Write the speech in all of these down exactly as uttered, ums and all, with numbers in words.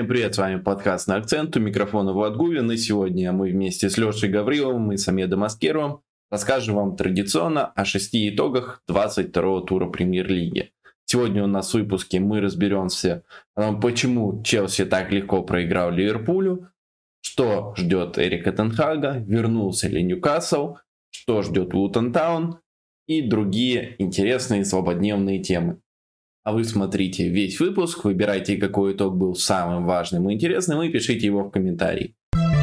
Всем привет, с вами подкаст «На акцент», у микрофона Влад Гувин, и сегодня мы вместе с Лешей Гавриловым и Самедом Аскеровым расскажем вам традиционно о шести итогах двадцать второго тура Премьер-лиги. Сегодня у нас в выпуске мы разберемся, почему Челси так легко проиграл Ливерпулю, что ждет Эрика Тен Хага, вернулся ли Ньюкасл, что ждет Лутон Таун и другие интересные злободневные темы. А вы смотрите весь выпуск, выбирайте, какой итог был самым важным и интересным, и пишите его в комментарии.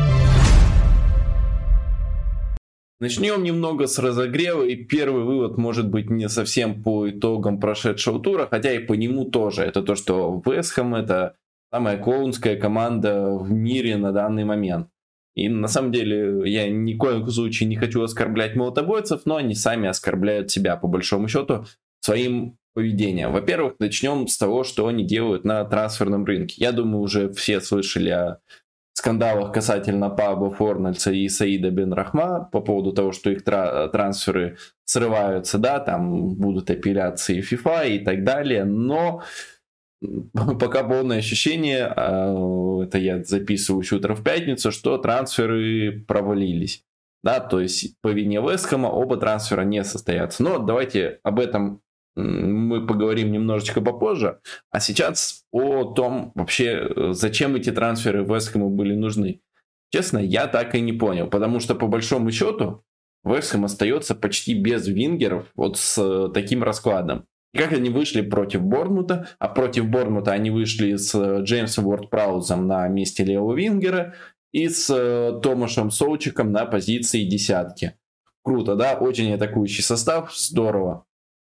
Начнем немного с разогрева, и первый вывод может быть не совсем по итогам прошедшего тура, хотя и по нему тоже. Это то, что Вест Хэм — это самая клоунская команда в мире на данный момент. И на самом деле я ни в коем случае не хочу оскорблять молотобойцев, но они сами оскорбляют себя по большому счету своим поведением. Во-первых, начнем с того, что они делают на трансферном рынке. Я думаю, уже все слышали о скандалах касательно Пабло Форнальса и Саида Бенрахма по поводу того, что их тра- трансферы срываются, да, там будут апелляции FIFA и так далее, но пока полное ощущение, это я записываю утром в пятницу, что трансферы провалились. Да, то есть по вине Вест Хэма оба трансфера не состоятся. Но давайте об этом мы поговорим немножечко попозже. А сейчас о том вообще, зачем эти трансферы Вест Хэму были нужны. Честно, я так и не понял. Потому что по большому счету Вест Хэм остается почти без вингеров вот с таким раскладом. И как они вышли против Борнмута, а против Борнмута они вышли с Джеймсом Уорд-Праузом на месте левого вингера и с Томашем Соучиком на позиции десятки. Круто, да? Очень атакующий состав, здорово.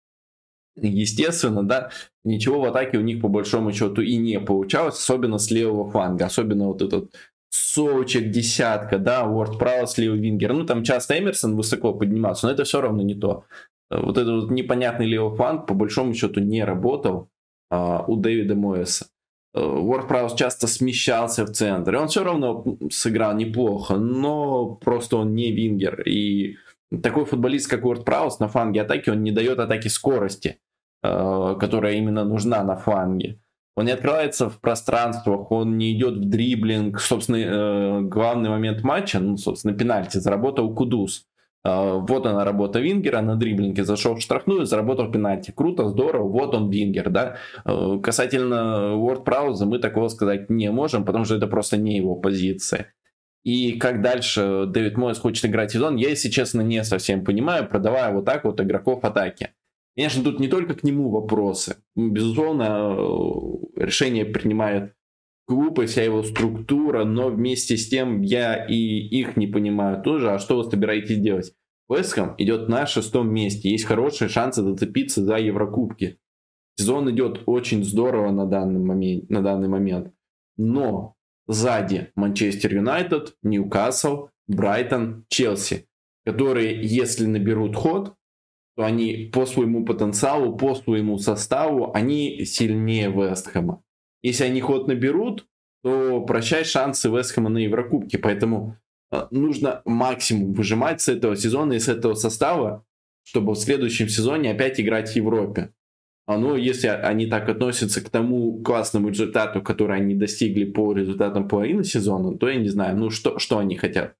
Естественно, да, ничего в атаке у них по большому счету и не получалось, особенно с левого фланга, особенно вот этот Соучик, десятка, да, Уорд-Праус, левый вингер. Ну, там часто Эмерсон высоко поднимался, но это все равно не то. Вот этот вот непонятный левый фланг по большому счету не работал а, у Дэвида Моэса. Уорд-Праус часто смещался в центр, и он все равно сыграл неплохо, но просто он не вингер. И такой футболист, как Уорд-Праус, на фланге атаки, он не дает атаке скорости, которая именно нужна на фланге. Он не открывается в пространствах, он не идет в дриблинг. Собственно, главный момент матча, ну, собственно, пенальти заработал Кудус. Вот она работа вингера, на дриблинге зашел в штрафную, заработал пенальти. Круто, здорово, вот он вингер, да. Касательно Уорд-Прауза мы такого сказать не можем, потому что это просто не его позиция. И как дальше Дэвид Моэс хочет играть сезон, я, если честно, не совсем понимаю, продавая вот так вот игроков атаки. Конечно, тут не только к нему вопросы. Безусловно, решение принимает клуб и вся его структура, но вместе с тем я и их не понимаю тоже. А что вы собираетесь делать? Вест Хэм идет на шестом месте. Есть хорошие шансы зацепиться за Еврокубки. Сезон идет очень здорово на данный момент. На данный момент. Но сзади Манчестер Юнайтед, Ньюкасл, Брайтон, Челси, которые, если наберут ход, то они по своему потенциалу, по своему составу, они сильнее Вест Хэма. Если они ход наберут, то прощай шансы Вест Хэма на Еврокубке. Поэтому э, нужно максимум выжимать с этого сезона и с этого состава, чтобы в следующем сезоне опять играть в Европе. А ну, если они так относятся к тому классному результату, который они достигли по результатам половины сезона, то я не знаю, ну что, что они хотят.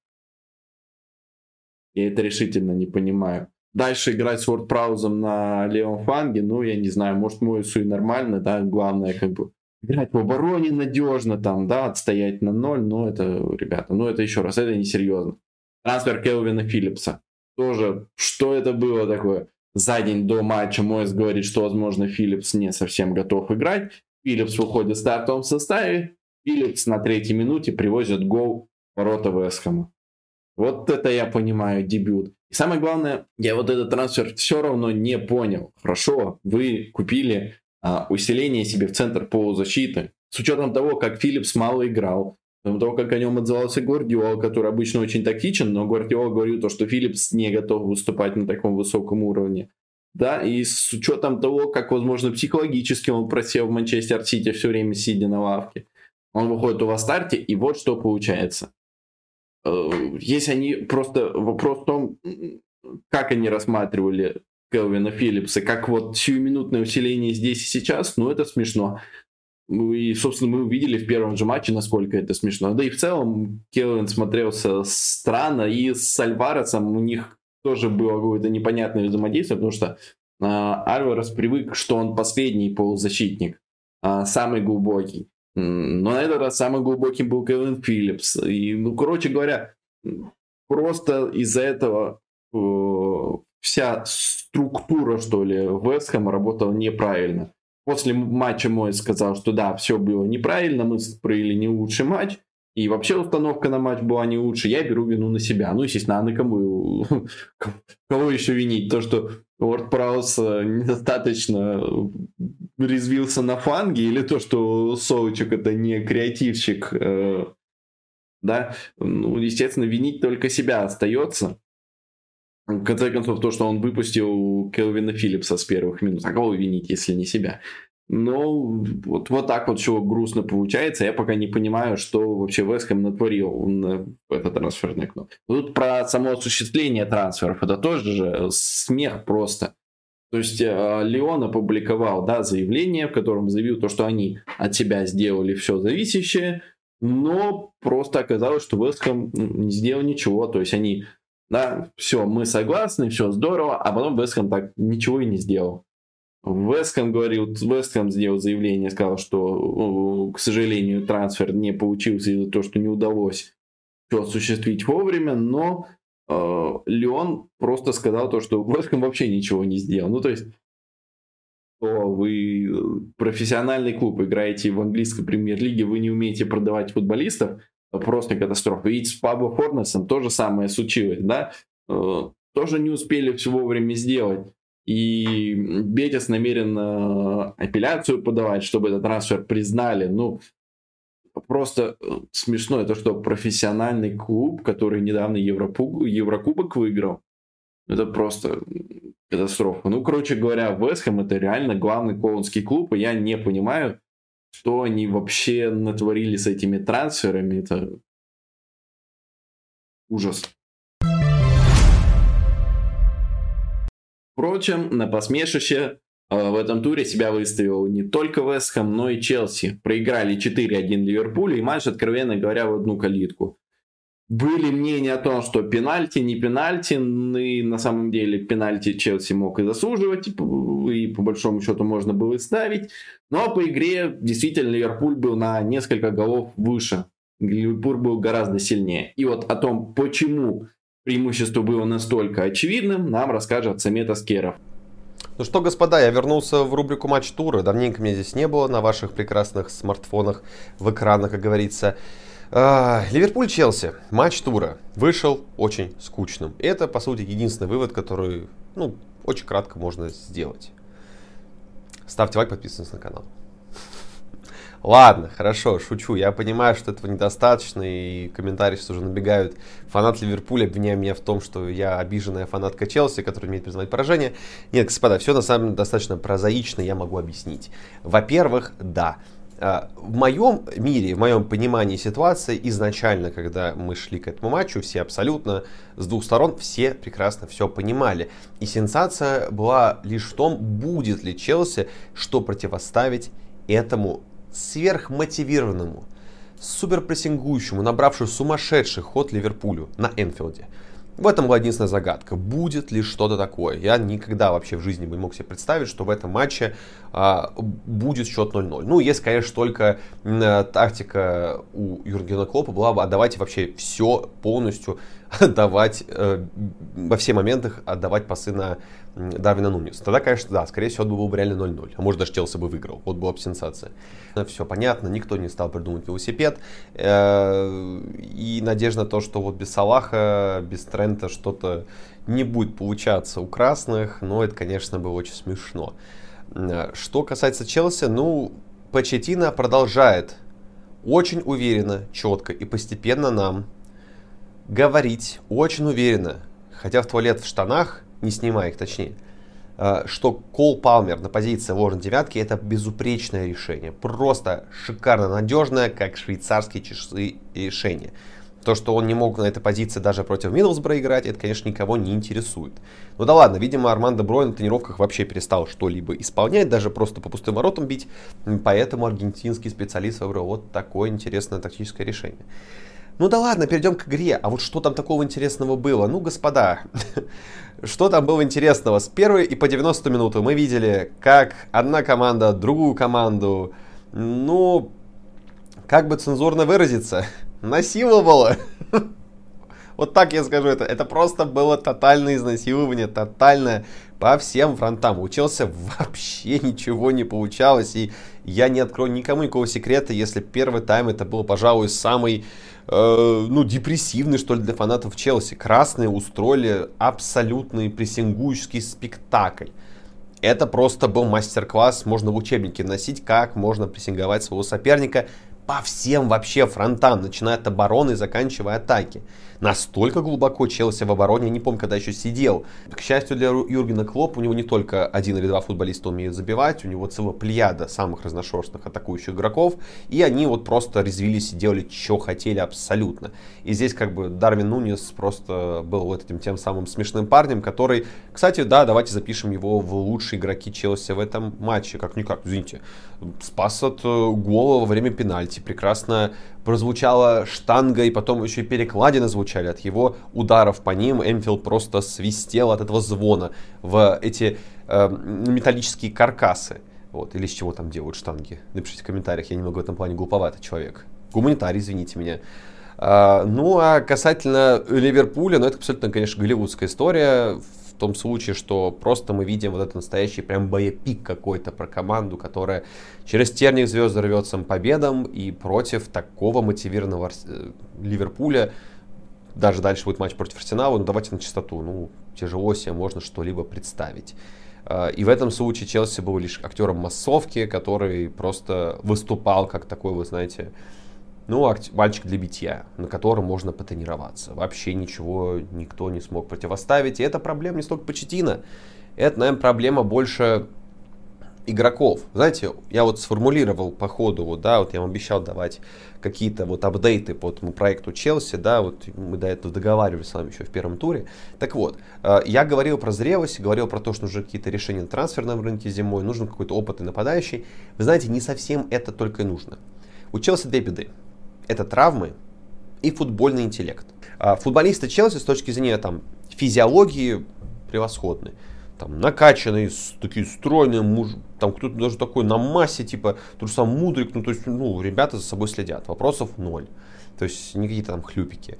Я это решительно не понимаю. Дальше играть с Уорд-Праузом на левом фланге, ну, я не знаю, может, Моэсу и нормально, да, главное, как бы, играть в обороне надежно, там, да, отстоять на ноль, но это, ребята, ну, это еще раз, это несерьезно. Трансфер Кэлвина Филлипса. Тоже, что это было такое? За день до матча Моэс говорит, что, возможно, Филлипс не совсем готов играть. Филлипс выходит в стартовом составе. Филлипс на третьей минуте привозит гол в ворота Вест Хэма. Вот это я понимаю, дебют. И самое главное, я вот этот трансфер все равно не понял. Хорошо, вы купили а, усиление себе в центр полузащиты. С учетом того, как Филлипс мало играл, с учетом того, как о нем отзывался Гвардиола, который обычно очень тактичен, но Гвардиола говорил то, что Филлипс не готов выступать на таком высоком уровне. Да, и с учетом того, как, возможно, психологически он просел в Манчестер Сити все время сидя на лавке, он выходит у вас в старте, и вот что получается. Если они просто вопрос в том, как они рассматривали Кэлвина Филлипса, как вот сиюминутное усиление здесь и сейчас, ну это смешно. И, собственно, мы увидели в первом же матче, насколько это смешно. Да и в целом Келвин смотрелся странно, и с Альваресом у них тоже было какое-то непонятное взаимодействие, потому что а, Альварес привык, что он последний полузащитник, а, самый глубокий. Но на этот раз самым глубоким был Кевин Филлипс. И, ну, короче говоря, просто из-за этого э, вся структура, что ли, Вест Хэма работала неправильно. После матча Мой сказал, что да, все было неправильно, мы провели не лучший матч, и вообще установка на матч была не лучше, я беру вину на себя. Ну, естественно, а на кому, кого еще винить? То, что Уорд Праус недостаточно резвился на фланге, или то, что Солочек это не креативщик, э, да? Ну, естественно, винить только себя остается. В конце концов, то, что он выпустил Келвина Филлипса с первых минут. А кого винить, если не себя? Но вот, вот так вот все грустно получается. Я пока не понимаю, что вообще Вест Хэм натворил в это трансферное окно. Тут про само осуществление трансферов. Это тоже же смех просто. То есть Лион опубликовал, да, заявление, в котором заявил то, что они от себя сделали все зависящее. Но просто оказалось, что Вест Хэм не сделал ничего. То есть они... Да, все, мы согласны, все здорово, а потом Вест Хэм так ничего и не сделал. Вест Хэм говорил, Вест Хэм сделал заявление, сказал, что, к сожалению, трансфер не получился из-за того, что не удалось все осуществить вовремя, но э, Лион просто сказал то, что Вест Хэм вообще ничего не сделал. Ну, то есть, что вы профессиональный клуб, играете в английской премьер-лиге, вы не умеете продавать футболистов, просто катастрофа. Ведь с Пабло Форнесом то же самое случилось, да, э, тоже не успели все вовремя сделать. И Бетис намерен апелляцию подавать, чтобы этот трансфер признали. Ну, просто смешно это, что профессиональный клуб, который недавно Европу... Еврокубок выиграл, это просто катастрофа. Ну, короче говоря, Вест Хэм это реально главный клоунский клуб, и я не понимаю, что они вообще натворили с этими трансферами. Это ужас. Впрочем, на посмешище э, в этом туре себя выставил не только Вест Хэм, но и Челси. Проиграли четыре один Ливерпулю, и матч, откровенно говоря, в одну калитку. Были мнения о том, что пенальти, не пенальти, и на самом деле пенальти Челси мог и заслуживать, и по большому счету можно было и ставить. Но по игре действительно Ливерпуль был на несколько голов выше. Ливерпуль был гораздо сильнее. И вот о том, почему преимущество было настолько очевидным, нам расскажет Самет Аскеров. Ну что, господа, я вернулся в рубрику «Матч тура». Давненько меня здесь не было на ваших прекрасных смартфонах, в экранах, как говорится. Ливерпуль-Челси. Матч тура вышел очень скучным. Это, по сути, единственный вывод, который, ну, очень кратко можно сделать. Ставьте лайк, подписывайтесь на канал. Ладно, хорошо, шучу. Я понимаю, что этого недостаточно, и комментарии сейчас уже набегают. Фанат Ливерпуля обвиняет меня в том, что я обиженная фанатка Челси, которая умеет признавать поражение. Нет, господа, все на самом деле достаточно прозаично, я могу объяснить. Во-первых, да. В моем мире, в моем понимании ситуации, изначально, когда мы шли к этому матчу, все абсолютно с двух сторон, все прекрасно все понимали. И сенсация была лишь в том, будет ли Челси что противоставить этому сверхмотивированному, суперпрессингующему, набравшему сумасшедший ход Ливерпулю на Энфилде. В этом была единственная загадка. Будет ли что-то такое? Я никогда вообще в жизни бы не мог себе представить, что в этом матче а, будет счет ноль ноль. Ну, если, конечно, только а, тактика у Юргена Клоппа была бы отдавать вообще все полностью, отдавать э, во все моментах, отдавать пасы на Дарвина Нуньеса. Тогда, конечно, да, скорее всего, был бы реально ноль ноль. А может, даже Челси бы выиграл. Вот была бы сенсация. Все понятно, никто не стал придумывать велосипед. И надежда на то, что вот без Салаха, без Трента что-то не будет получаться у красных. Но это, конечно, было очень смешно. Что касается Челси, ну, Почеттино продолжает очень уверенно, четко и постепенно нам говорить, очень уверенно, хотя в туалет в штанах, не снимая их точнее, что Кол Палмер на позиции ложной девятки это безупречное решение. Просто шикарно надежное, как швейцарские часы решение. То, что он не мог на этой позиции даже против Миддлсбро играть, это, конечно, никого не интересует. Ну да ладно, видимо, Армандо Броя на тренировках вообще перестал что-либо исполнять, даже просто по пустым воротам бить. Поэтому аргентинский специалист выбрал вот такое интересное тактическое решение. Ну да ладно, перейдем к игре. А вот что там такого интересного было? Ну, господа, что там было интересного? С первой и по девяностую минуту мы видели, как одна команда другую команду, ну, как бы цензурно выразиться, насиловала. Вот так я скажу это. Это просто было тотальное изнасилование, тотальное по всем фронтам. У Челси вообще ничего не получалось. И я не открою никому никакого секрета, если первый тайм это был, пожалуй, самый, э, ну, депрессивный, что ли, для фанатов Челси. Красные устроили абсолютный прессингующий спектакль. Это просто был мастер-класс, можно в учебнике носить, как можно прессинговать своего соперника по всем вообще фронтам, начиная от обороны и заканчивая атаки. Настолько глубоко Челси в обороне, я не помню, когда еще сидел. К счастью для Юргена Клоппа, у него не только один или два футболиста умеют забивать, у него целая плеяда самых разношерстных атакующих игроков, и они вот просто резвились и делали, что хотели абсолютно. И здесь как бы Дарвин Нуньес просто был вот этим тем самым смешным парнем, который, кстати, да, давайте запишем его в лучшие игроки Челси в этом матче, как-никак, извините, спас от гола во время пенальти, прекрасно прозвучала штанга, и потом еще и перекладины звучали от его ударов по ним. Энфилд просто свистел от этого звона в эти э, металлические каркасы. Вот. Или из чего там делают штанги. Напишите в комментариях, я немного в этом плане глуповатый человек. Гуманитарий, извините меня. А, ну, а касательно Ливерпуля, ну, это абсолютно, конечно, голливудская история. В том случае, что просто мы видим вот этот настоящий прям боепик какой-то про команду, которая через терник звезд рвется к победам, и против такого мотивированного Ливерпуля, даже дальше будет матч против Арсенала, ну давайте на чистоту, ну тяжело себе можно что-либо представить. И в этом случае Челси был лишь актером массовки, который просто выступал как такой, вы знаете, ну, мальчик для битья, на котором можно потренироваться. Вообще ничего никто не смог противоставить. И это проблема не столько Почеттино. Это, наверное, проблема больше игроков. Знаете, я вот сформулировал по ходу, вот, да, вот я вам обещал давать какие-то вот апдейты по этому проекту Челси, да, вот мы до этого договаривались с вами еще в первом туре. Так вот, я говорил про зрелость, говорил про то, что нужны какие-то решения на трансферном рынке зимой, нужен какой-то опытный нападающий. Вы знаете, не совсем это только и нужно. У Челси две беды. Это травмы и футбольный интеллект. А футболисты Челси с точки зрения там, физиологии превосходны. Там, накачанные, такие стройные, муж, там кто-то даже такой на массе, типа тот же самый Мудрик, ну то есть, ну, ребята за собой следят. Вопросов ноль. То есть не какие-то там хлюпики.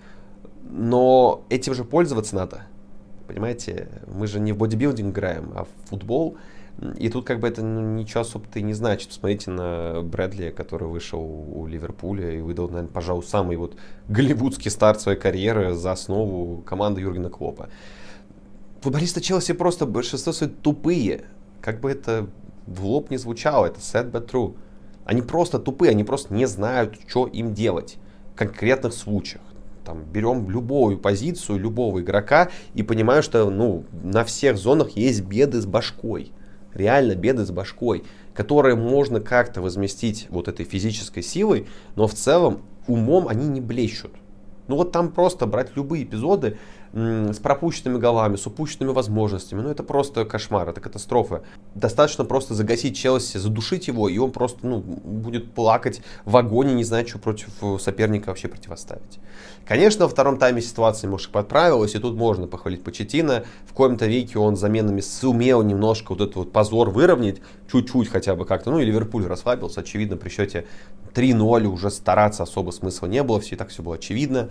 Но этим же пользоваться надо. Понимаете, мы же не в бодибилдинг играем, а в футбол. И тут как бы это ну, ничего особо-то и не значит. Посмотрите на Брэдли, который вышел у Ливерпуля и выдал, наверное, пожалуй, самый вот голливудский старт своей карьеры за основу команды Юргена Клоппа. Футболисты Челси просто большинство свои тупые. Как бы это в лоб не звучало, это sad but true. Они просто тупые, они просто не знают, что им делать в конкретных случаях. Там, берем любую позицию, любого игрока и понимаем, что ну, на всех зонах есть беды с башкой. Реально беды с башкой, которые можно как-то возместить вот этой физической силой, но в целом умом они не блещут. Ну вот там просто брать любые эпизоды м- с пропущенными голами, с упущенными возможностями, ну это просто кошмар, это катастрофа. Достаточно просто загасить Челси, задушить его, и он просто ну, будет плакать в агонии, не зная, что против соперника вообще противоставить. Конечно, во втором тайме ситуация немножко подправилась, и тут можно похвалить Почеттино. В коем-то веке он заменами сумел немножко вот этот вот позор выровнять, чуть-чуть хотя бы как-то. Ну и Ливерпуль расслабился, очевидно, при счете три ноль уже стараться особо смысла не было, все и так все было очевидно.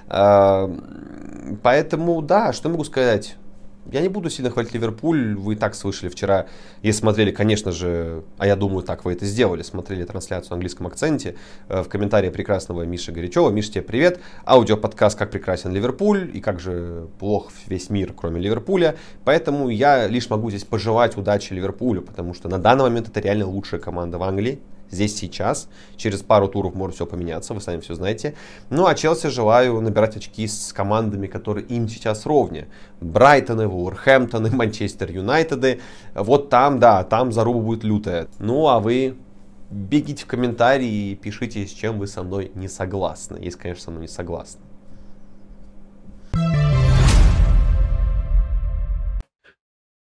Поэтому, да, что могу сказать? Я не буду сильно хвалить Ливерпуль, вы и так слышали вчера, если смотрели, конечно же, а я думаю, так вы это сделали, смотрели трансляцию на английском акценте, в комментарии прекрасного Миши Горячева. Миша, тебе привет. Аудиоподкаст «Как прекрасен Ливерпуль» и как же плох весь мир, кроме Ливерпуля. Поэтому я лишь могу здесь пожелать удачи Ливерпулю, потому что на данный момент это реально лучшая команда в Англии. Здесь сейчас, через пару туров может все поменяться, вы сами все знаете. Ну а Челси желаю набирать очки с командами, которые им сейчас ровня. Брайтоны, Вулверхэмптоны, Манчестер Юнайтеды. Вот там, да, там заруба будет лютая. Ну а вы бегите в комментарии и пишите, с чем вы со мной не согласны. Если, конечно, со мной не согласны.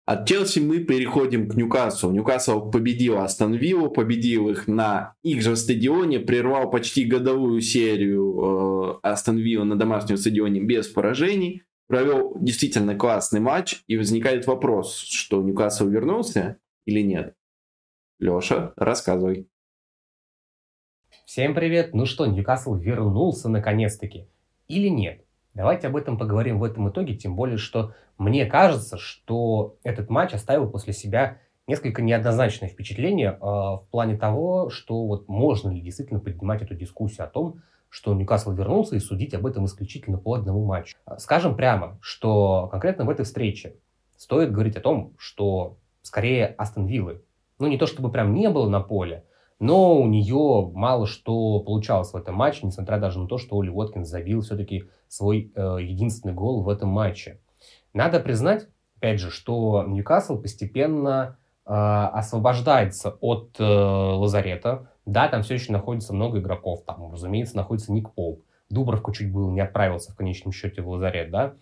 От Челси мы переходим к Ньюкаслу. Ньюкасл победил Астон Виллу, победил их на их же стадионе, прервал почти годовую серию э, Астон Вилла на домашнем стадионе без поражений, провел действительно классный матч, и возникает вопрос, что Ньюкасл вернулся или нет. Леша, рассказывай. Всем привет! Ну что, Ньюкасл вернулся наконец-таки или нет? Давайте об этом поговорим в этом итоге, тем более, что мне кажется, что этот матч оставил после себя несколько неоднозначное впечатление э, в плане того, что вот можно ли действительно поднимать эту дискуссию о том, что Ньюкасл вернулся, и судить об этом исключительно по одному матчу. Скажем прямо, что конкретно в этой встрече стоит говорить о том, что скорее Астон Виллы, ну не то чтобы прям не было на поле, но у нее мало что получалось в этом матче, несмотря даже на то, что Оли Уоткинс забил все-таки свой э, единственный гол в этом матче. Надо признать, опять же, что Ньюкасл постепенно э, освобождается от э, лазарета. Да, там все еще находится много игроков. Там, разумеется, находится Ник Поуп. Дубровка чуть было не отправился в конечном счете в лазарет, да.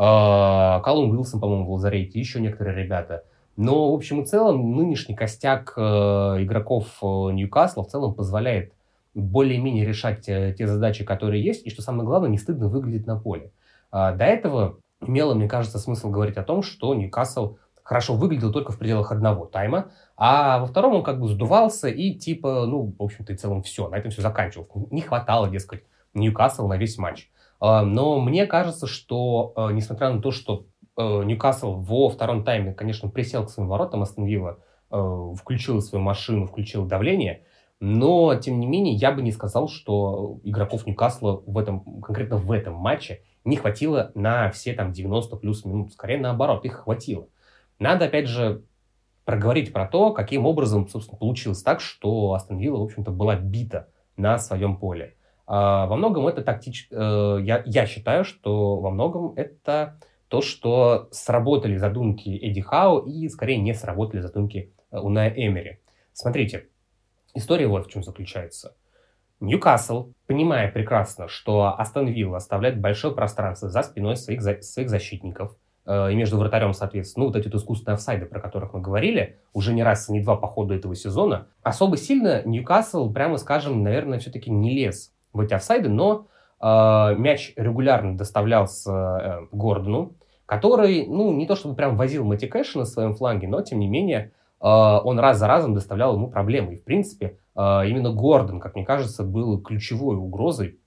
Э, Калум Уилсон, по-моему, в лазарете, еще некоторые ребята. Но, в общем и целом, нынешний костяк э, игроков э, Ньюкасла в целом позволяет более-менее решать э, те задачи, которые есть, и, что самое главное, не стыдно выглядеть на поле. Э, до этого имело, мне кажется, смысл говорить о том, что Ньюкасл хорошо выглядел только в пределах одного тайма, а во втором он как бы сдувался и типа, ну, в общем-то и целом все, на этом все заканчивалось. Не хватало, дескать, Ньюкасл на весь матч. Э, но мне кажется, что, э, несмотря на то, что Ньюкасл во втором тайме, конечно, присел к своим воротам, Астон Вилла э, включил свою машину, включил давление, но, тем не менее, я бы не сказал, что игроков Ньюкасла в этом, конкретно в этом матче не хватило на все там девяносто плюс минут. Скорее наоборот, их хватило. Надо, опять же, проговорить про то, каким образом, собственно, получилось так, что Астон Вилла, в общем-то, была бита на своем поле. Э, во многом это тактич... Э, я, я считаю, что во многом это... то, что сработали задумки Эдди Хау и, скорее, не сработали задумки Уная Эмери. Смотрите, история вот в чем заключается. Ньюкасл, понимая прекрасно, что Астон Вилла оставляет большое пространство за спиной своих, за, своих защитников, э, и между вратарем, соответственно, ну, вот эти вот искусственные офсайды, про которых мы говорили, уже не раз и не два по ходу этого сезона, особо сильно Ньюкасл, прямо скажем, наверное, все-таки не лез в эти офсайды, но Uh, мяч регулярно доставлялся uh, Гордону, который, ну, не то чтобы прям возил Мэтти Кэша на своем фланге, но, тем не менее, uh, он раз за разом доставлял ему проблемы. И, в принципе, uh, именно Гордон, как мне кажется, был ключевой угрозой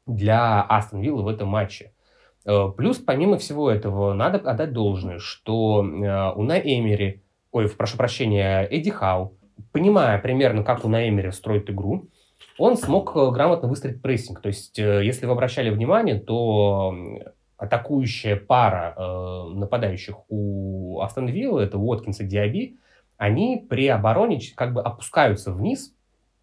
для Астон Виллы в этом матче. Uh, плюс, помимо всего этого, надо отдать должное, что uh, Унай Эмери, ой, прошу прощения, Эдди Хау, понимая примерно, как Унай Эмери строит игру, он смог грамотно выстроить прессинг. То есть, если вы обращали внимание, то атакующая пара э, нападающих у Астон Виллы, это Уоткинс и Диаби, они при обороне как бы опускаются вниз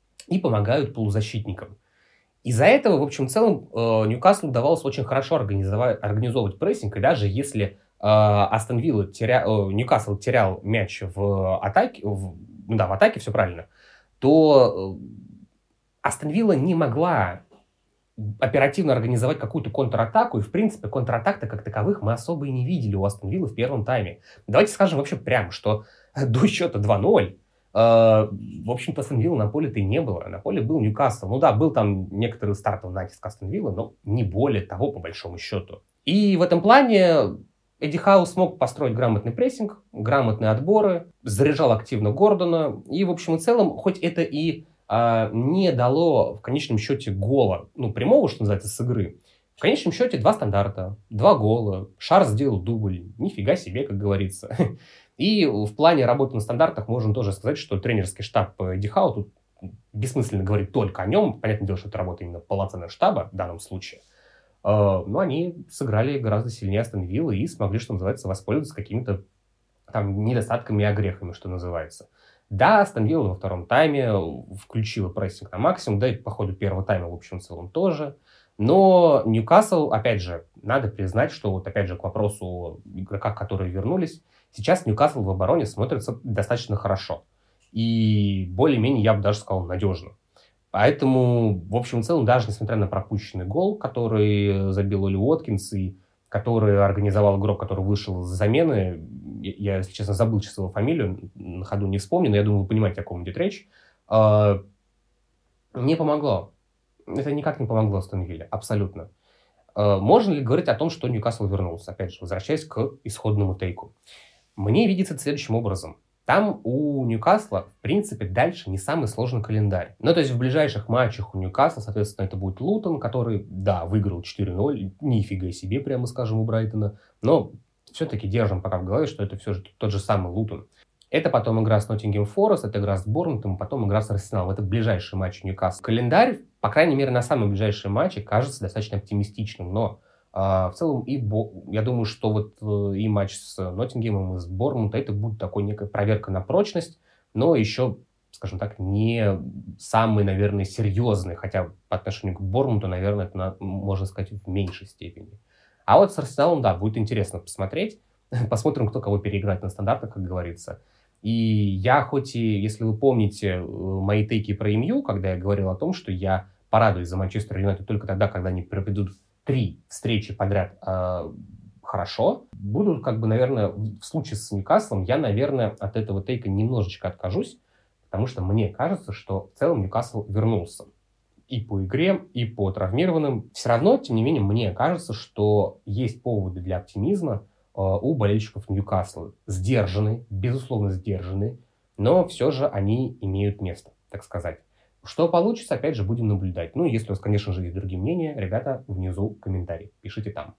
и помогают полузащитникам. Из-за этого, в общем целом, э, Ньюкаслу удавалось очень хорошо организовать, организовывать прессинг, и даже если э, Астон Вилла теря... э, Ньюкасл терял мяч в атаке, в... ну да, в атаке, все правильно, то Астон Вилла не могла оперативно организовать какую-то контратаку, и, в принципе, контратак-то как таковых мы особо и не видели у Астон Виллы в первом тайме. Давайте скажем вообще прямо, что до счета два ноль, э, в общем-то, Астон Вилла на поле-то и не было. На поле был Ньюкасл. Ну да, был там некоторый стартовый натиск Астон Виллы, но не более того, по большому счету. И в этом плане Эдди Хау смог построить грамотный прессинг, грамотные отборы, заряжал активно Гордона, и, в общем и целом, хоть это и Uh, не дало в конечном счете гола, ну, прямого, что называется, с игры. В конечном счете два стандарта, два гола, Шар сделал дубль, нифига себе, как говорится. И в плане работы на стандартах можно тоже сказать, что тренерский штаб Эдди Хау, тут бессмысленно говорить только о нем, понятное дело, что это работа именно полноценного штаба в данном случае, uh, но они сыграли гораздо сильнее Астон Виллы и смогли, что называется, воспользоваться какими-то там недостатками и огрехами, что называется. Да, Астон Вилла во втором тайме включила прессинг на максимум, да и по ходу первого тайма, в общем, в целом тоже. Но Ньюкасл, опять же, надо признать, что вот опять же к вопросу о игроках, которые вернулись, сейчас Ньюкасл в обороне смотрится достаточно хорошо. И более-менее, я бы даже сказал, надежно. Поэтому, в общем и целом, даже несмотря на пропущенный гол, который забил Оли Уоткинс и который организовал игрок, который вышел с замены, я, я, если честно, забыл сейчас его фамилию, на ходу не вспомню, но я думаю, вы понимаете, о ком идет речь. Э, не помогло. Это никак не помогло Астон Вилле, абсолютно. Э, можно ли говорить о том, что Ньюкасл вернулся? Опять же, возвращаясь к исходному тейку. Мне видится следующим образом. Там у Ньюкасла, в принципе, дальше не самый сложный календарь. Ну, то есть в ближайших матчах у Ньюкасла, соответственно, это будет Лутон, который, да, выиграл четыре ноль, нифига себе, прямо скажем, у Брайтона, но все-таки держим пока в голове, что это все же тот же самый Лутон. Это потом игра с Ноттингем Форест, это игра с Борнмутом, потом игра с Арсеналом. Это ближайший матч Ньюкасла. Календарь, по крайней мере, на самые ближайшие матчи кажется достаточно оптимистичным, но в целом, и Бо... я думаю, что вот и матч с Ноттингемом, и с Борнмутом, это будет такой некая проверка на прочность, но еще, скажем так, не самый, наверное, серьезный, хотя по отношению к Борнмуту, наверное, это можно сказать в меньшей степени. А вот с Арсеналом, да, будет интересно посмотреть. Посмотрим, кто кого переиграет на стандартах, как говорится. И я хоть и, если вы помните мои тейки про эм ю, когда я говорил о том, что я порадуюсь за Манчестер Юнайтед только тогда, когда они проведут три встречи подряд э, хорошо. Буду, как бы, наверное, в случае с Ньюкаслом, я, наверное, от этого тейка немножечко откажусь, потому что мне кажется, что в целом Ньюкасл вернулся. И по игре, и по травмированным. Все равно, тем не менее, мне кажется, что есть поводы для оптимизма э, у болельщиков Ньюкасла. Сдержаны, безусловно сдержаны, но все же они имеют место, так сказать. Что получится, опять же, будем наблюдать. Ну, если у вас, конечно же, есть другие мнения, ребята, внизу комментарии. Пишите там.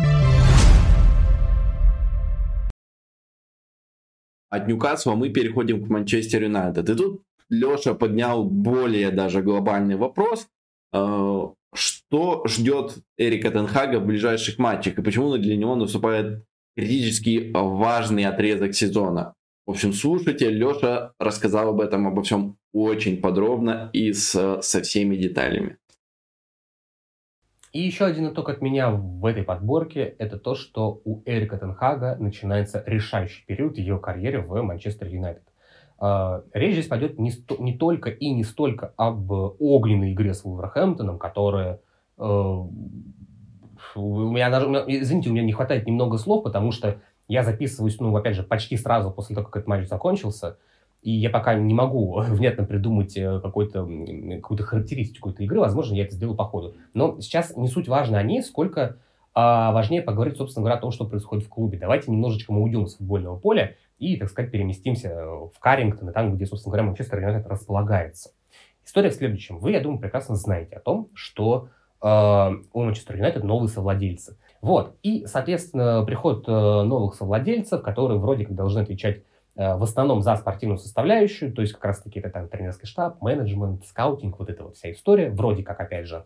От Ньюкасла мы переходим к Манчестер Юнайтед. И тут Леша поднял более даже глобальный вопрос. Что ждет Эрика тен Хага в ближайших матчах? И почему для него наступает критически важный отрезок сезона? В общем, слушайте, Леша рассказал об этом, обо всем очень подробно и с, со всеми деталями. И еще один итог от меня в этой подборке – это то, что у Эрика тен Хага начинается решающий период в его карьере в Манчестер Юнайтед. Речь здесь пойдет не, сто, не только и не столько об огненной игре с Вулверхэмптоном, которая... Э, у меня даже, извините, у меня не хватает немного слов, потому что я записываюсь, ну, опять же, почти сразу после того, как этот матч закончился, и я пока не могу внятно придумать какой-то, какую-то характеристику этой игры, возможно, я это сделаю по ходу. Но сейчас не суть важно о ней, сколько а, важнее поговорить, собственно говоря, о том, что происходит в клубе. Давайте немножечко мы уйдем с футбольного поля и, так сказать, переместимся в Каррингтон, и там, где, собственно говоря, Манчестер Юнайтед располагается. История в следующем. Вы, я думаю, прекрасно знаете о том, что э, у Манчестер Юнайтед новые совладельцы. Вот. И, соответственно, приход э, новых совладельцев, которые вроде как должны отвечать э, в основном за спортивную составляющую, то есть как раз-таки это там тренерский штаб, менеджмент, скаутинг, вот эта вот вся история, вроде как, опять же.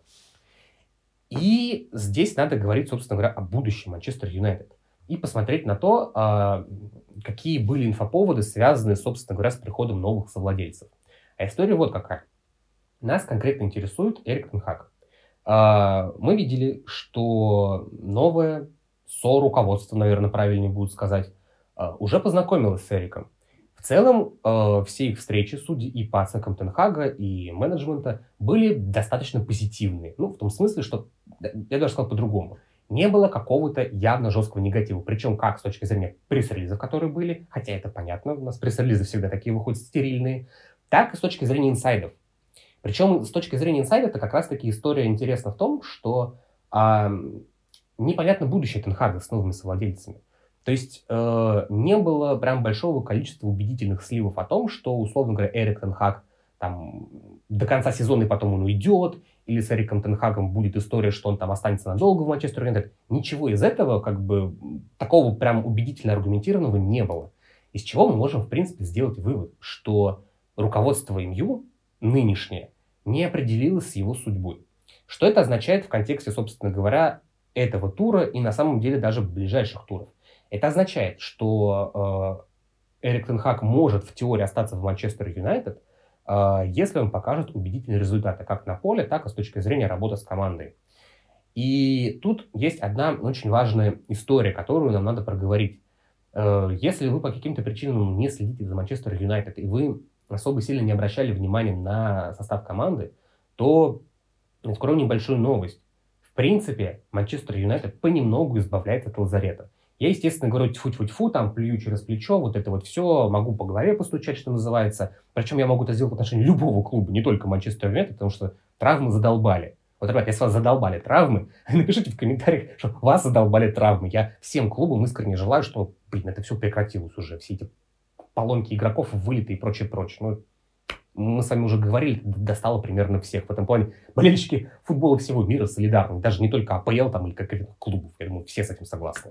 И здесь надо говорить, собственно говоря, о будущем Манчестер Юнайтед. И посмотреть на то, э, какие были инфоповоды, связанные, собственно говоря, с приходом новых совладельцев. А история вот какая. Нас конкретно интересует Эрик тен Хаг. Мы видели, что новое со-руководство, наверное, правильнее будет сказать, уже познакомилось с Эриком. В целом, все их встречи, судя и по оценкам тен Хага, и менеджмента, были достаточно позитивные. Ну, в том смысле, что, я даже сказал по-другому, не было какого-то явно жесткого негатива. Причем как с точки зрения пресс-релизов, которые были, хотя это понятно, у нас пресс-релизы всегда такие выходят стерильные, так и с точки зрения инсайдов. Причем с точки зрения инсайда это как раз-таки история интересна в том, что а, непонятно будущее тен Хага с новыми совладельцами. То есть э, не было прям большого количества убедительных сливов о том, что, условно говоря, Эрик тен Хаг там до конца сезона и потом он уйдет, или с Эриком тен Хагом будет история, что он там останется надолго в Манчестер Юнайтед. Ничего из этого, как бы, такого прям убедительно аргументированного не было. Из чего мы можем, в принципе, сделать вывод, что руководство эм ю нынешнее не определилось с его судьбой. Что это означает в контексте, собственно говоря, этого тура и на самом деле даже ближайших туров? Это означает, что э, Эрик тен Хаг может в теории остаться в Манчестер Юнайтед, э, если он покажет убедительные результаты как на поле, так и с точки зрения работы с командой. И тут есть одна очень важная история, которую нам надо проговорить. Э, если вы по каким-то причинам не следите за Манчестер Юнайтед, и вы особо сильно не обращали внимания на состав команды, то открою небольшую новость. В принципе, Манчестер Юнайтед понемногу избавляется от лазарета. Я, естественно, говорю тьфу-тьфу-тьфу, там, плюю через плечо, вот это вот все, могу по голове постучать, что называется. Причем я могу это сделать в отношении любого клуба, не только Манчестер Юнайтед, потому что травмы задолбали. Вот, ребят, если вас задолбали травмы, напишите в комментариях, что вас задолбали травмы. Я всем клубам искренне желаю, что, блин, это все прекратилось уже. Все эти поломки игроков, вылеты и прочее, прочее. Ну, мы с вами уже говорили, достало примерно всех. В этом плане болельщики футбола всего мира солидарны. Даже не только АПЛ там, или каких-то клубов. Я думаю, все с этим согласны.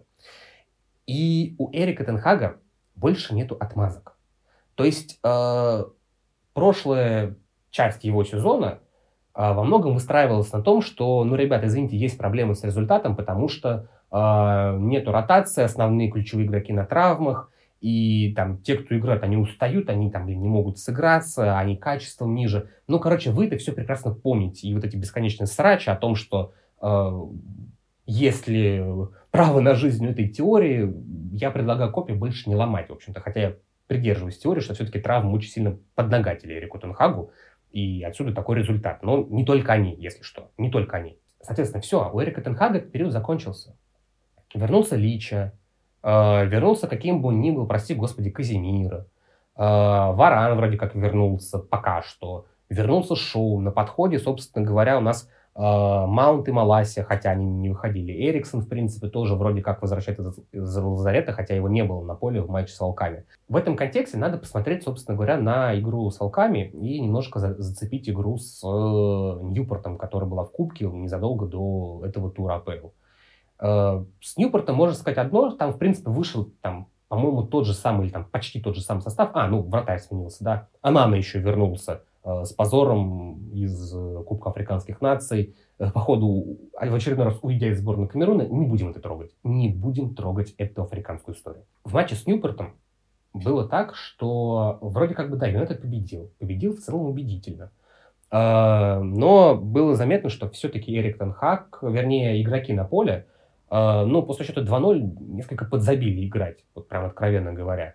И у Эрика тен Хага больше нету отмазок. То есть э, прошлая часть его сезона э, во многом выстраивалась на том, что, ну, ребята, извините, есть проблемы с результатом, потому что э, нету ротации, основные ключевые игроки на травмах, и там те, кто играют, они устают, они там, блин, не могут сыграться, они качеством ниже. Ну, короче, вы это все прекрасно помните. И вот эти бесконечные срачи о том, что э, если право на жизнь у этой теории, я предлагаю копию больше не ломать, в общем-то. Хотя я придерживаюсь теории, что все-таки травмы очень сильно поднагатили Эрику тен Хагу, и отсюда такой результат. Но не только они, если что, не только они. Соответственно, все, у Эрика тен Хага период закончился. Вернулся Лича, вернулся каким бы он ни был, прости господи, Казимира. Варан вроде как вернулся пока что. Вернулся Шоу. На подходе, собственно говоря, у нас Маунт и Маласия, хотя они не выходили. Эриксон, в принципе, тоже вроде как возвращается из лазарета, хотя его не было на поле в матче с Волками. В этом контексте надо посмотреть, собственно говоря, на игру с Волками и немножко за- зацепить игру с э, Ньюпортом, которая была в Кубке незадолго до этого тура АПЛ. Э, с Ньюпортом можно сказать одно, там, в принципе, вышел, там, по-моему, тот же самый, или там почти тот же самый состав. А, ну, вратарь сменился, да. Анана еще вернулся э, с позором из э, Кубка Африканских наций. Э, походу, в очередной раз уйдя из сборной Камеруна, не будем это трогать. Не будем трогать эту африканскую историю. В матче с Ньюпортом было так, что вроде как бы, да, Юнайтед победил. Победил в целом убедительно. Э, но было заметно, что все-таки Эрик тен Хаг, вернее, игроки на поле, Uh, ну, после счета два ноль несколько подзабили играть, вот прям откровенно говоря.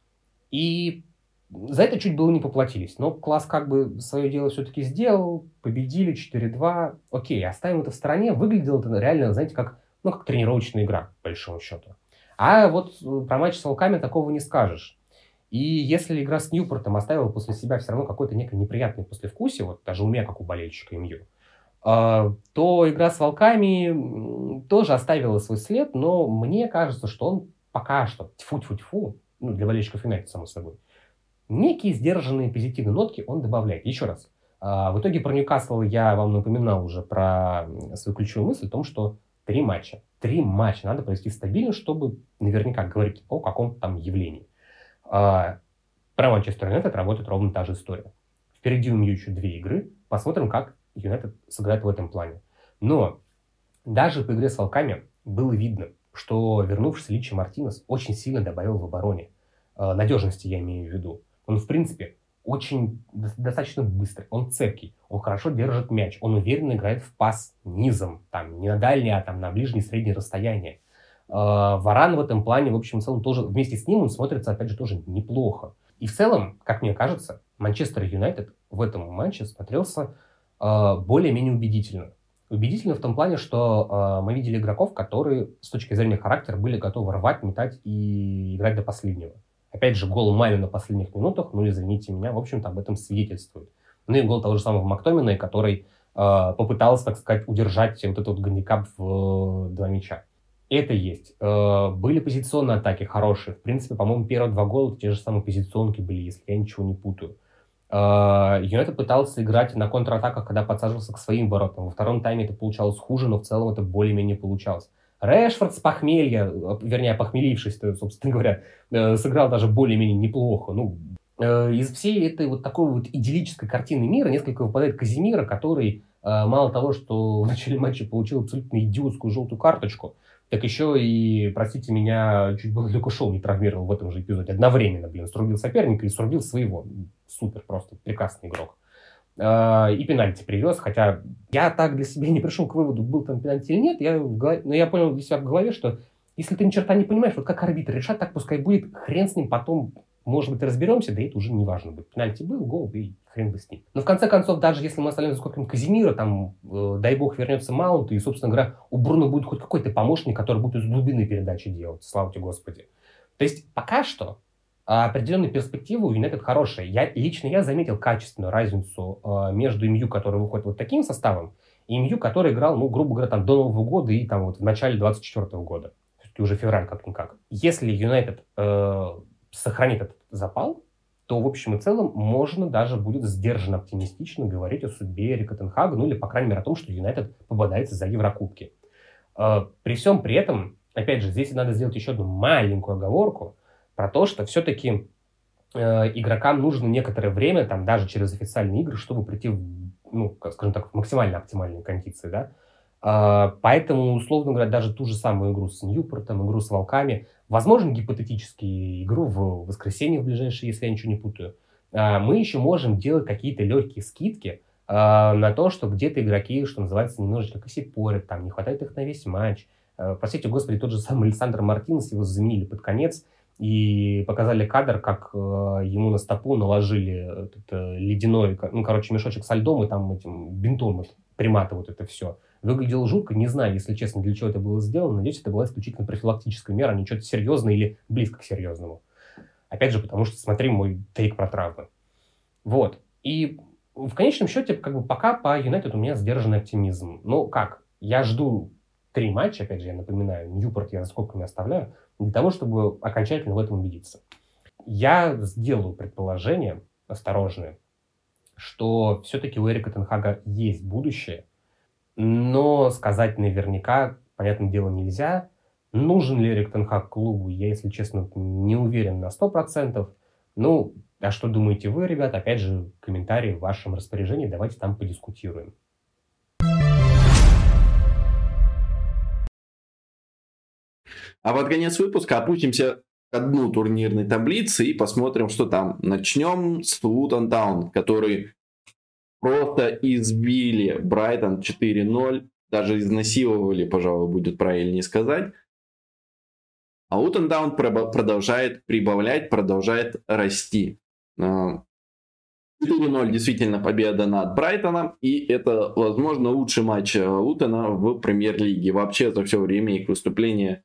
И за это чуть было не поплатились. Но класс как бы свое дело все-таки сделал, победили четыре два. Окей, оставим это в стороне. Выглядело это реально, знаете, как, ну, как тренировочная игра, по большому счету. А вот про матч с Волками такого не скажешь. И если игра с Ньюпортом оставила после себя все равно какой-то некий неприятный послевкусие, вот даже у меня, как у болельщика эм ю, то игра с Волками тоже оставила свой след, но мне кажется, что он пока что, тьфу-тьфу-тьфу, ну, для болельщиков Юнайтед, само собой, некие сдержанные позитивные нотки он добавляет. Еще раз, в итоге про Ньюкасл я вам напоминал уже про свою ключевую мысль о том, что три матча, три матча надо провести стабильно, чтобы наверняка говорить о каком-то там явлении. Про Манчестер Юнайтед работает ровно та же история. Впереди у нее еще две игры, посмотрим, как Юнайтед сыграет в этом плане. Но даже по игре с Волками было видно, что вернувшийся Личи Мартинес очень сильно добавил в обороне. Э, надежности я имею в виду. Он, в принципе, очень достаточно быстрый, он цепкий, он хорошо держит мяч, он уверенно играет в пас низом, там, не на дальнее, а там, на ближнее и среднее расстояние. Э, Варан в этом плане, в общем, в целом, тоже вместе с ним он смотрится, опять же, тоже неплохо. И в целом, как мне кажется, Манчестер Юнайтед в этом матче смотрелся более-менее убедительно. Убедительно в том плане, что э, мы видели игроков, которые с точки зрения характера были готовы рвать, метать и играть до последнего. Опять же, гол Мали на последних минутах, ну, извините меня, в общем-то, об этом свидетельствует. Ну и гол того же самого Мактомина, который э, попытался, так сказать, удержать вот этот вот гандикап в э, два мяча. Это есть. Э, были позиционные атаки хорошие. В принципе, по-моему, первые два гола те же самые позиционки были, если я ничего не путаю. Юнайтед пытался играть на контратаках, когда подсаживался к своим воротам. Во втором тайме это получалось хуже, но в целом это более-менее получалось. Решфорд с похмелья, вернее, похмелившись, собственно говоря, сыграл даже более-менее неплохо. Ну, из всей этой вот такой вот идиллической картины мира несколько выпадает Казимира, который мало того, что в начале матча получил абсолютно идиотскую желтую карточку, так еще и, простите меня, чуть было Люка Шоу не травмировал в этом же эпизоде. Одновременно, блин, срубил соперника и срубил своего. Супер, просто прекрасный игрок. И пенальти привез, хотя я так для себя не пришел к выводу, был там пенальти или нет. Я в голове, но я понял для себя в голове, что если ты ни черта не понимаешь, вот как арбитры решат, так пускай будет, хрен с ним потом, может быть, разберемся, да это уже не важно будет. Пенальти был, гол, и хрен бы с ним. Но в конце концов, даже если мы оставим за скобками Казимира, там, э, дай бог, вернется Маунт, и, собственно говоря, у Бруно будет хоть какой-то помощник, который будет из глубины передачи делать, слава тебе Господи. То есть, пока что определенные перспективы у Юнайтед хорошие. Я, лично я заметил качественную разницу э, между МЮ, который выходит вот таким составом, и МЮ, который играл, ну, грубо говоря, там, до Нового года и там вот в начале двадцать четвёртого года. Все-таки уже февраль как-никак. Если Юнайтед э, сохранит этот запал, то в общем и целом можно даже будет сдержанно оптимистично говорить о судьбе Эрика тен Хага, ну или, по крайней мере, о том, что Юнайтед попадается за Еврокубки. Э, при всем при этом, опять же, здесь надо сделать еще одну маленькую оговорку про то, что все-таки э, игрокам нужно некоторое время, там, даже через официальные игры, чтобы прийти в, ну, скажем так, в максимально оптимальные кондиции, да. Э, поэтому, условно говоря, даже ту же самую игру с Ньюпортом, игру с Волками, возможно, гипотетически игру в воскресенье в ближайшее, если я ничего не путаю, э, мы еще можем делать какие-то легкие скидки э, на то, что где-то игроки, что называется, немножечко косипорят, там, не хватает их на весь матч. Э, простите, господи, тот же самый Александр Мартинес, его заменили под конец, и показали кадр, как э, ему на стопу наложили этот, э, ледяной, ну, короче, мешочек со льдом, и там этим бинтом это, приматывают это все. Выглядело жутко, не знаю, если честно, для чего это было сделано. Надеюсь, это была исключительно профилактическая мера, а не что-то серьезное или близко к серьезному. Опять же, потому что смотри мой тейк про травмы. Вот. И в конечном счете, как бы пока по Юнайтед у меня сдержанный оптимизм. Ну, как? Я жду три матча, опять же, я напоминаю, Ньюпорт я за скобками оставляю, для того, чтобы окончательно в этом убедиться. Я сделаю предположение осторожное, что все-таки у Эрика тен Хага есть будущее, но сказать наверняка, понятное дело, нельзя. Нужен ли Эрик тен Хаг клубу, я, если честно, не уверен на сто процентов. Ну, а что думаете вы, ребят? Опять же, комментарии в вашем распоряжении, давайте там подискутируем. А под конец выпуска опустимся к дну турнирной таблицы и посмотрим, что там. Начнем с Лутон Таун, который просто избили Брайтон четыре ноль. Даже изнасиловали, пожалуй, будет правильнее сказать. А Лутон Таун продолжает прибавлять, продолжает расти. четыре ноль действительно победа над Брайтоном. И это, возможно, лучший матч Лутона в премьер-лиге. Вообще за все время их выступления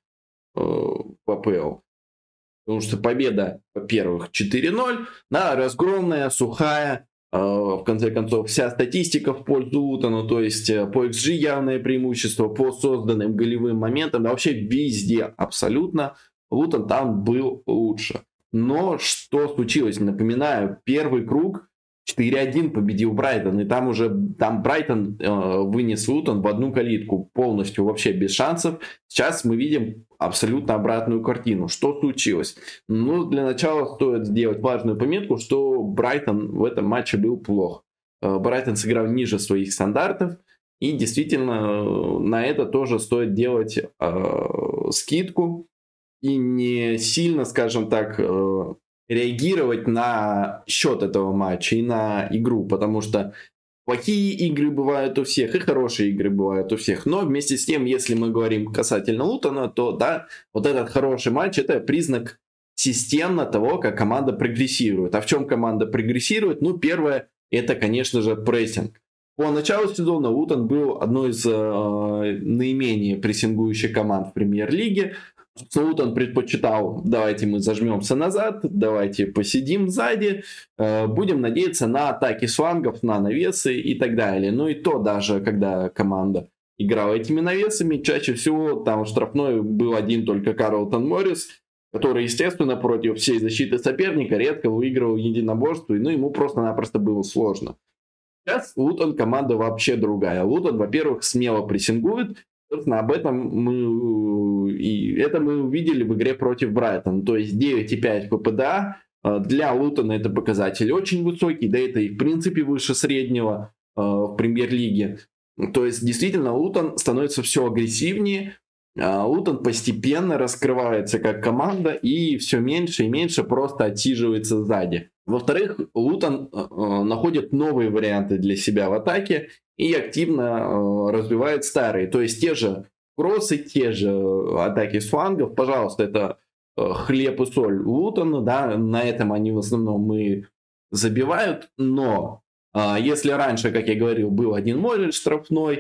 в АПЛ. Потому что победа, во-первых, четыре ноль, да, разгромная, сухая. В конце концов, вся статистика в пользу Лутона, то есть по икс джи явное преимущество, по созданным голевым моментам, да, вообще везде абсолютно Лутон там был лучше. Но что случилось? Напоминаю, первый круг четыре один победил Брайтон, и там уже там Брайтон э, вынес Лутон в одну калитку, полностью вообще без шансов. Сейчас мы видим абсолютно обратную картину. Что случилось? Ну, для начала стоит сделать важную пометку, что Брайтон в этом матче был плох. Э, Брайтон сыграл ниже своих стандартов, и действительно э, на это тоже стоит делать э, скидку и не сильно, скажем так, э, реагировать на счет этого матча и на игру, потому что плохие игры бывают у всех, и хорошие игры бывают у всех. Но вместе с тем, если мы говорим касательно Лутона, то да, вот этот хороший матч — это признак системно того, как команда прогрессирует. А в чем команда прогрессирует? Ну, первое, это, конечно же, прессинг. По началу сезона Лутон был одной из э, наименее прессингующих команд в премьер-лиге. Лутон предпочитал: давайте мы зажмемся назад, давайте посидим сзади, э, будем надеяться на атаки с флангов, на навесы и так далее. Но и то, даже когда команда играла этими навесами, чаще всего там штрафной был один только Карлтон Моррис, который, естественно, против всей защиты соперника редко выигрывал единоборство, ну ему просто-напросто было сложно. Сейчас Лутон команда вообще другая. Лутон, во-первых, смело прессингует. Собственно, об этом мы и это мы увидели в игре против Брайтона. То есть девять и пять ППДА. Для Лутона это показатель очень высокий, да это и в принципе выше среднего в премьер-лиге. То есть действительно Лутон становится все агрессивнее. Лутон постепенно раскрывается как команда и все меньше и меньше просто отсиживается сзади. Во-вторых, Лутон э, находит новые варианты для себя в атаке и активно э, развивает старые. То есть те же кроссы, те же атаки с флангов. Пожалуйста, это хлеб и соль Лутона, да, на этом они в основном и забивают, но э, если раньше, как я говорил, был один Морель штрафной,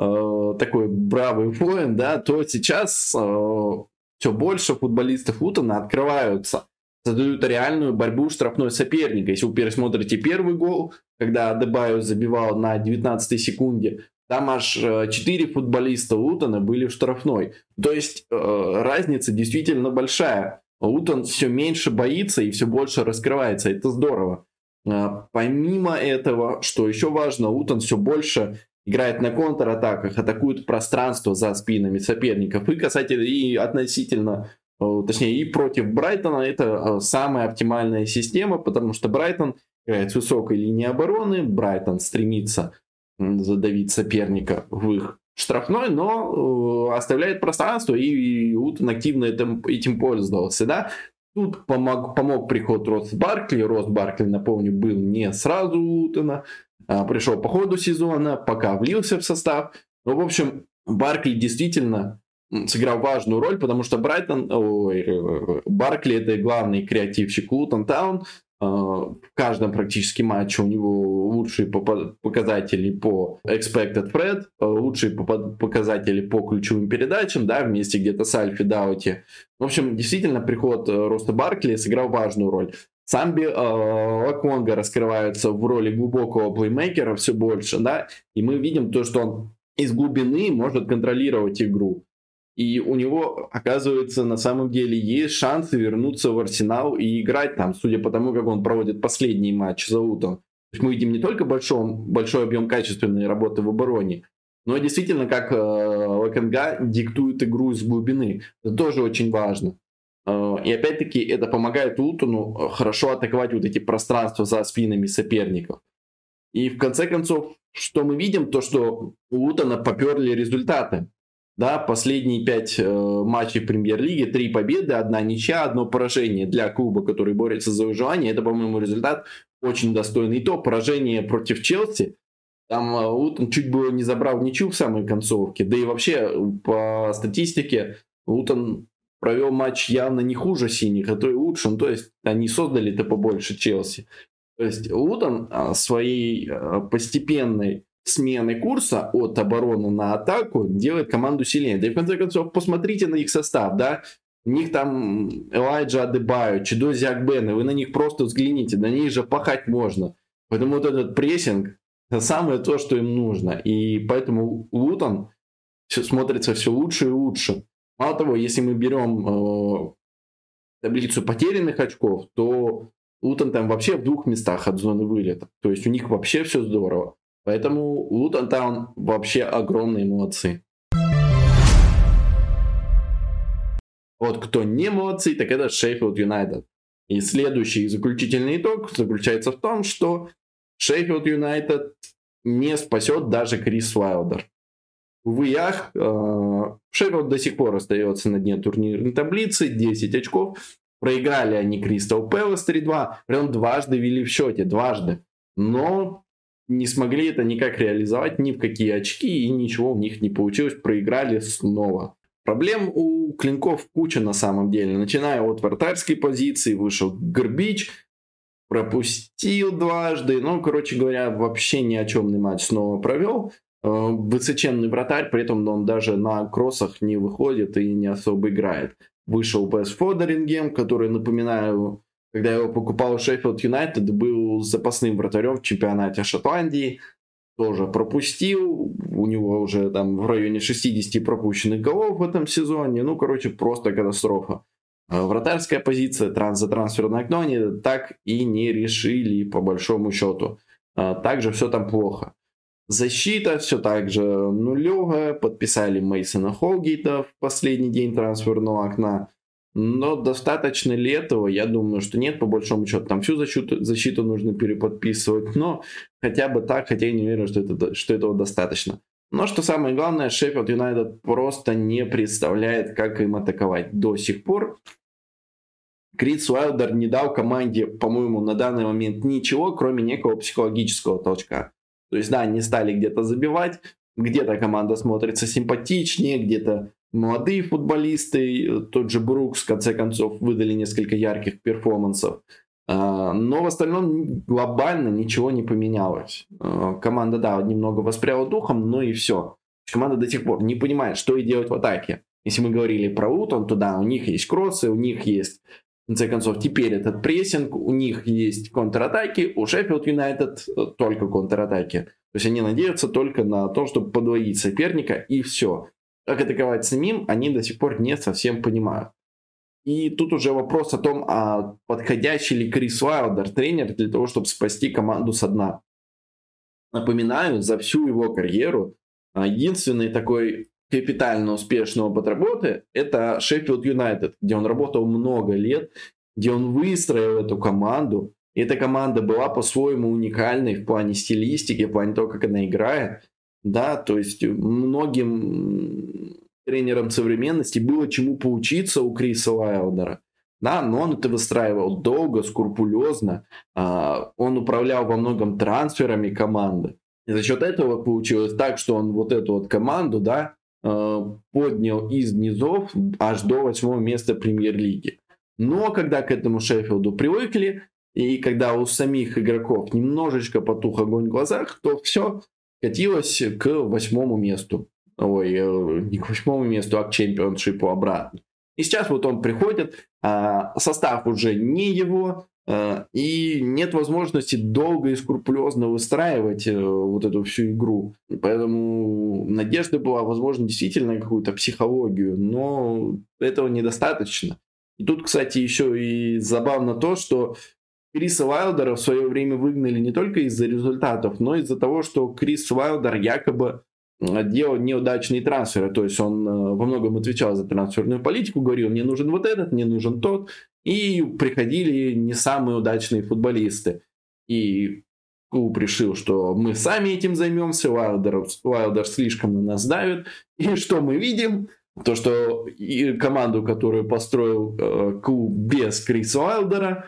э, такой бравый воин, да, то сейчас э, все больше футболистов Лутона открываются, создают реальную борьбу штрафной соперника. Если вы пересмотрите первый гол, когда Адебайо забивал на девятнадцатой секунде, там аж четыре футболиста Лутона были в штрафной. То есть э, разница действительно большая. Лутон все меньше боится и все больше раскрывается. Это здорово. Э, помимо этого, что еще важно, Лутон все больше играет на контратаках, атакует пространство за спинами соперников. И касательно, и относительно, э, точнее, и против Брайтона это самая оптимальная система, потому что Брайтон играет с высокой линии обороны, Брайтон стремится задавить соперника в их штрафной, но э, оставляет пространство, и, и Лутон активно этим, этим пользовался. Да? Тут помог, помог приход Росс Баркли. Росс Баркли, напомню, был не сразу у Лутона, а пришел по ходу сезона, пока влился в состав. Но, в общем, Баркли действительно сыграл важную роль, потому что Брайтон, ой, Баркли это главный креативщик Лутон Таун. В каждом практически матче у него лучшие показатели по expected threat, лучшие показатели по ключевым передачам, да, вместе где-то с Альфи Даути. В общем, действительно, приход Росса Баркли сыграл важную роль. Самби э, Лаконга раскрывается в роли глубокого плеймейкера все больше, да, и мы видим то, что он из глубины может контролировать игру. И у него, оказывается, на самом деле есть шансы вернуться в Арсенал и играть там, судя по тому, как он проводит последний матч за Лутон. То есть мы видим не только большой, большой объем качественной работы в обороне, но и действительно, как э, Лаконга диктует игру из глубины. Это тоже очень важно. Э, и опять-таки это помогает Лутону хорошо атаковать вот эти пространства за спинами соперников. И в конце концов, что мы видим, то что у Лутона поперли результаты. Да, последние пять э, матчей премьер-лиги, три победы, одна ничья, одно поражение для клуба, который борется за выживание. Это, по-моему, результат очень достойный. И то поражение против Челси, там э, Лутон чуть было не забрал ничью в самой концовке. Да и вообще, по статистике, Лутон провел матч явно не хуже синих, а то и лучше. Ну, то есть, они создали-то побольше Челси. То есть, Лутон э, своей э, постепенной смены курса от обороны на атаку делает команду сильнее. Да и в конце концов, посмотрите на их состав, да, у них там Элайджа Адебайо, Чидози Акбене, вы на них просто взгляните, на них же пахать можно. Поэтому вот этот прессинг, это самое то, что им нужно. И поэтому Лутон все смотрится все лучше и лучше. Мало того, если мы берем э, таблицу потерянных очков, то Лутон там вообще в двух местах от зоны вылета. То есть у них вообще все здорово. Поэтому Лутон Таун вообще огромные молодцы. Вот кто не молодцы, так это Шеффилд Юнайтед. И следующий заключительный итог заключается в том, что Шеффилд Юнайтед не спасет даже Крис Уайлдер. Увы, ах, Шеффилд до сих пор остается на дне турнирной таблицы, десять очков. Проиграли они Кристал Пэлас три-два, прям дважды вели в счете, дважды. Но не смогли это никак реализовать, ни в какие очки, и ничего у них не получилось, проиграли снова. Проблем у клинков куча на самом деле, начиная от вратарской позиции, вышел Горбич, пропустил дважды, ну, короче говоря, вообще ни о чемный матч снова провел. Высоченный вратарь, при этом он даже на кроссах не выходит и не особо играет. Вышел Вес Фодерингем, который, напоминаю, когда я его покупал в Шеффилд Юнайтед, был запасным вратарем в чемпионате Шотландии. Тоже пропустил. У него уже там в районе шестьдесят пропущенных голов в этом сезоне. Ну, короче, просто катастрофа. Вратарская позиция транс за трансферное окно они так и не решили, по большому счету. Также все там плохо. Защита все так же нулевая. Подписали Мейсона Холгейта в последний день трансферного окна. Но достаточно ли этого? Я думаю, что нет, по большому счету. Там всю защиту, защиту нужно переподписывать. Но хотя бы так, хотя я не уверен, что, это, что этого достаточно. Но что самое главное, Шеффилд Юнайтед просто не представляет, как им атаковать до сих пор. Крис Уайлдер не дал команде, по-моему, на данный момент ничего, кроме некого психологического толчка. То есть, да, они стали где-то забивать, где-то команда смотрится симпатичнее, где-то молодые футболисты, тот же Брукс, в конце концов, выдали несколько ярких перформансов. Но в остальном глобально ничего не поменялось. Команда, да, немного воспряла духом, но и все. Команда до сих пор не понимает, что и делать в атаке. Если мы говорили про Лутон, то да, у них есть кроссы, у них есть, в конце концов, теперь этот прессинг, у них есть контратаки, у Шеффилд Юнайтед только контратаки. То есть они надеются только на то, чтобы подвоить соперника, и все. Как атаковать самим, они до сих пор не совсем понимают. И тут уже вопрос о том, а подходящий ли Крис Уайлдер, тренер, для того, чтобы спасти команду со дна. Напоминаю, за всю его карьеру единственный такой капитально успешный опыт работы — это Шеффилд Юнайтед, где он работал много лет, где он выстроил эту команду. И эта команда была по-своему уникальной в плане стилистики, в плане того, как она играет. Да, то есть многим тренерам современности было чему поучиться у Криса Уайлдера. Да, но он это выстраивал долго, скрупулезно. Он управлял во многом трансферами команды. И за счет этого получилось так, что он вот эту вот команду, да, поднял из низов аж до восьмого места премьер-лиги. Но когда к этому Шеффилду привыкли, и когда у самих игроков немножечко потух огонь в глазах, то все катилось к восьмому месту. Ой, не к восьмому месту, а к чемпионшипу обратно. И сейчас вот он приходит, состав уже не его, и нет возможности долго и скрупулезно выстраивать вот эту всю игру. Поэтому надежда была, возможно, действительно на какую-то психологию, но этого недостаточно. И тут, кстати, еще и забавно то, что Криса Уайлдера в свое время выгнали не только из-за результатов, но и из-за того, что Крис Уайлдер якобы делал неудачные трансферы. То есть он во многом отвечал за трансферную политику, говорил, мне нужен вот этот, мне нужен тот. И приходили не самые удачные футболисты. И клуб решил, что мы сами этим займемся, Уайлдер, Уайлдер слишком на нас давит. И что мы видим? То, что и команду, которую построил э, клуб без Криса Уайлдера,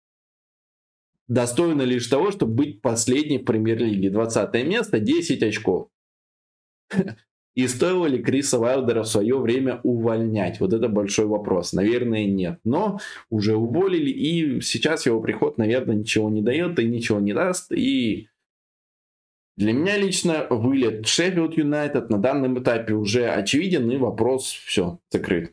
достойна лишь того, чтобы быть последней в премьер-лиге. двадцатое место, десять очков. И стоило ли Криса Уайлдера в свое время увольнять? Вот это большой вопрос. Наверное, нет. Но уже уволили, и сейчас его приход, наверное, ничего не дает и ничего не даст. И для меня лично вылет Шеффилд Юнайтед на данном этапе уже очевиден, и вопрос все, закрыт.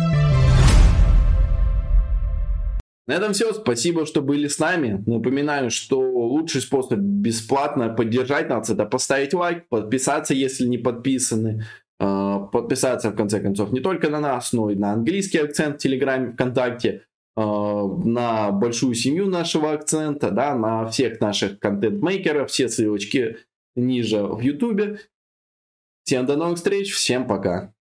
На этом все. Спасибо, что были с нами. Напоминаю, что лучший способ бесплатно поддержать нас — это поставить лайк, подписаться, если не подписаны. Подписаться, в конце концов, не только на нас, но и на английский акцент в Телеграме, ВКонтакте, на большую семью нашего акцента, да, на всех наших контент-мейкеров. Все ссылочки ниже в Ютубе. Всем до новых встреч, всем пока.